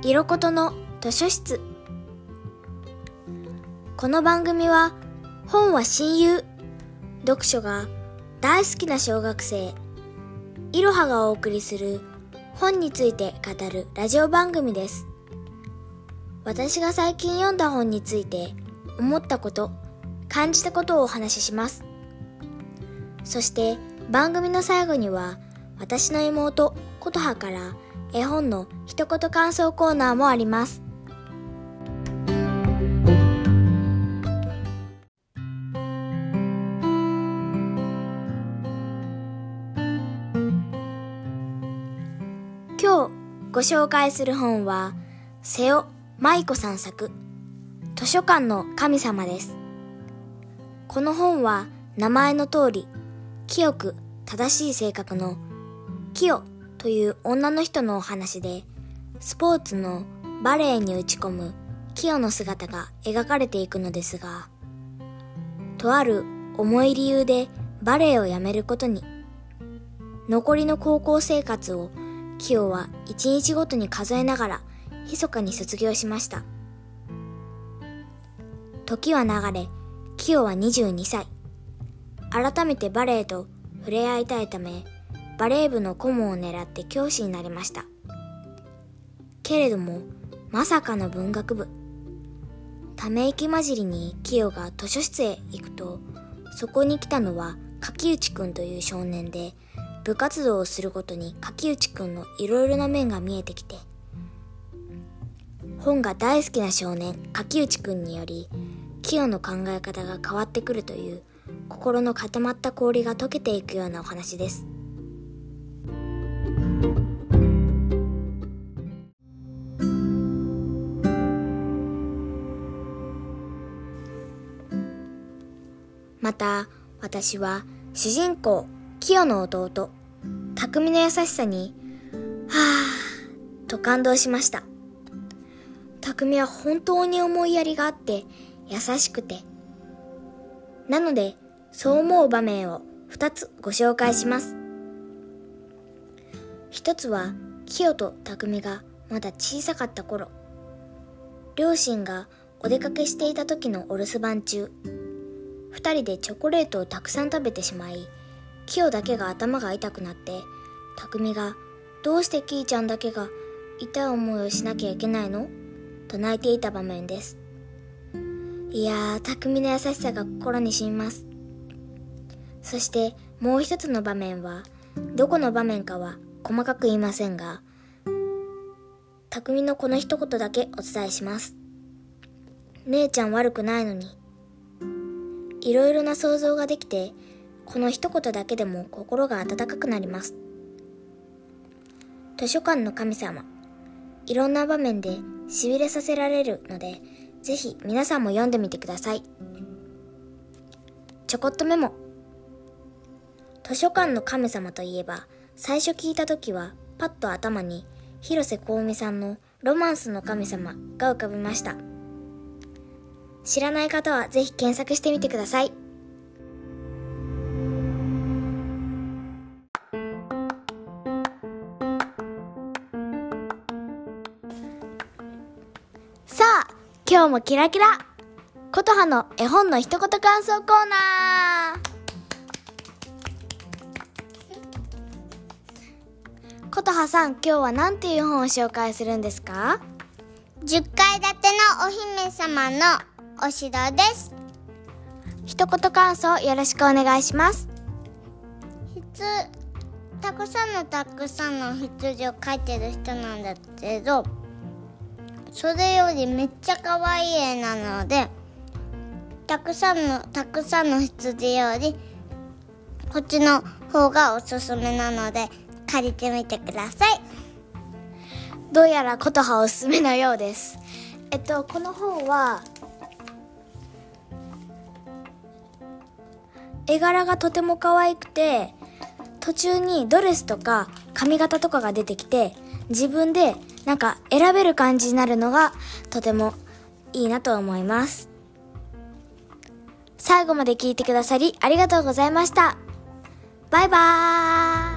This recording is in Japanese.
色ことの図書室。この番組は本は親友、読書が大好きな小学生いろはがお送りする本について語るラジオ番組です。私が最近読んだ本について思ったこと、感じたことをお話しします。そして番組の最後には私の妹ことはから絵本の一言感想コーナーもあります。今日ご紹介する本は瀬尾舞子さん作図書館の神様です。この本は名前の通り清く正しい性格の清という女の人のお話で、スポーツのバレエに打ち込む清の姿が描かれていくのですが、とある重い理由でバレエをやめることに。残りの高校生活を清は一日ごとに数えながら密かに卒業しました。時は流れ、清は22歳。改めてバレエと触れ合いたいため、バレー部の顧問を狙って教師になりました。けれども、まさかの文学部。ため息混じりに清が図書室へ行くと、そこに来たのは柿内くんという少年で、部活動をするごとに柿内くんのいろいろな面が見えてきて、本が大好きな少年柿内くんにより、清の考え方が変わってくるという、心の固まった氷が溶けていくようなお話です。また私は主人公清の弟匠の優しさにはぁと感動しました。匠は本当に思いやりがあって優しくて、なのでそう思う場面を2つご紹介します。一つは清と匠がまだ小さかった頃、両親がお出かけしていた時のお留守番中、2人でチョコレートをたくさん食べてしまい、清だけが頭が痛くなって、匠がどうしてキイちゃんだけが痛い思いをしなきゃいけないのと泣いていた場面です。いやー、匠の優しさが心に染みます。そしてもう一つの場面は、どこの場面かは細かく言いませんが、匠のこの一言だけお伝えします。姉ちゃん悪くないのに。いろいろな想像ができて、この一言だけでも心が温かくなります。図書館の神様、いろんな場面で痺れさせられるので、ぜひ皆さんも読んでみてください。ちょこっとメモ。図書館の神様といえば、最初聞いたときはパッと頭に広瀬香美さんのロマンスの神様が浮かびました。知らない方はぜひ検索してみてください。さあ、今日もキラキラことはの絵本の一言感想コーナー。ことはさん、今日は何ていう本を紹介するんですか ？10階建てのお姫様のお城です。 一言感想よろしくお願いします。 たくさんの羊を描いてる人なんだけど、それよりめっちゃ可愛い絵なので、たくさんの羊よりこっちの方がおすすめなので借りてみてください。 どうやらことはおすすめのようです。この本は絵柄がとても可愛くて、途中にドレスとか髪型とかが出てきて、自分でなんか選べる感じになるのがとてもいいなと思います。最後まで聞いてくださりありがとうございました。バイバーイ。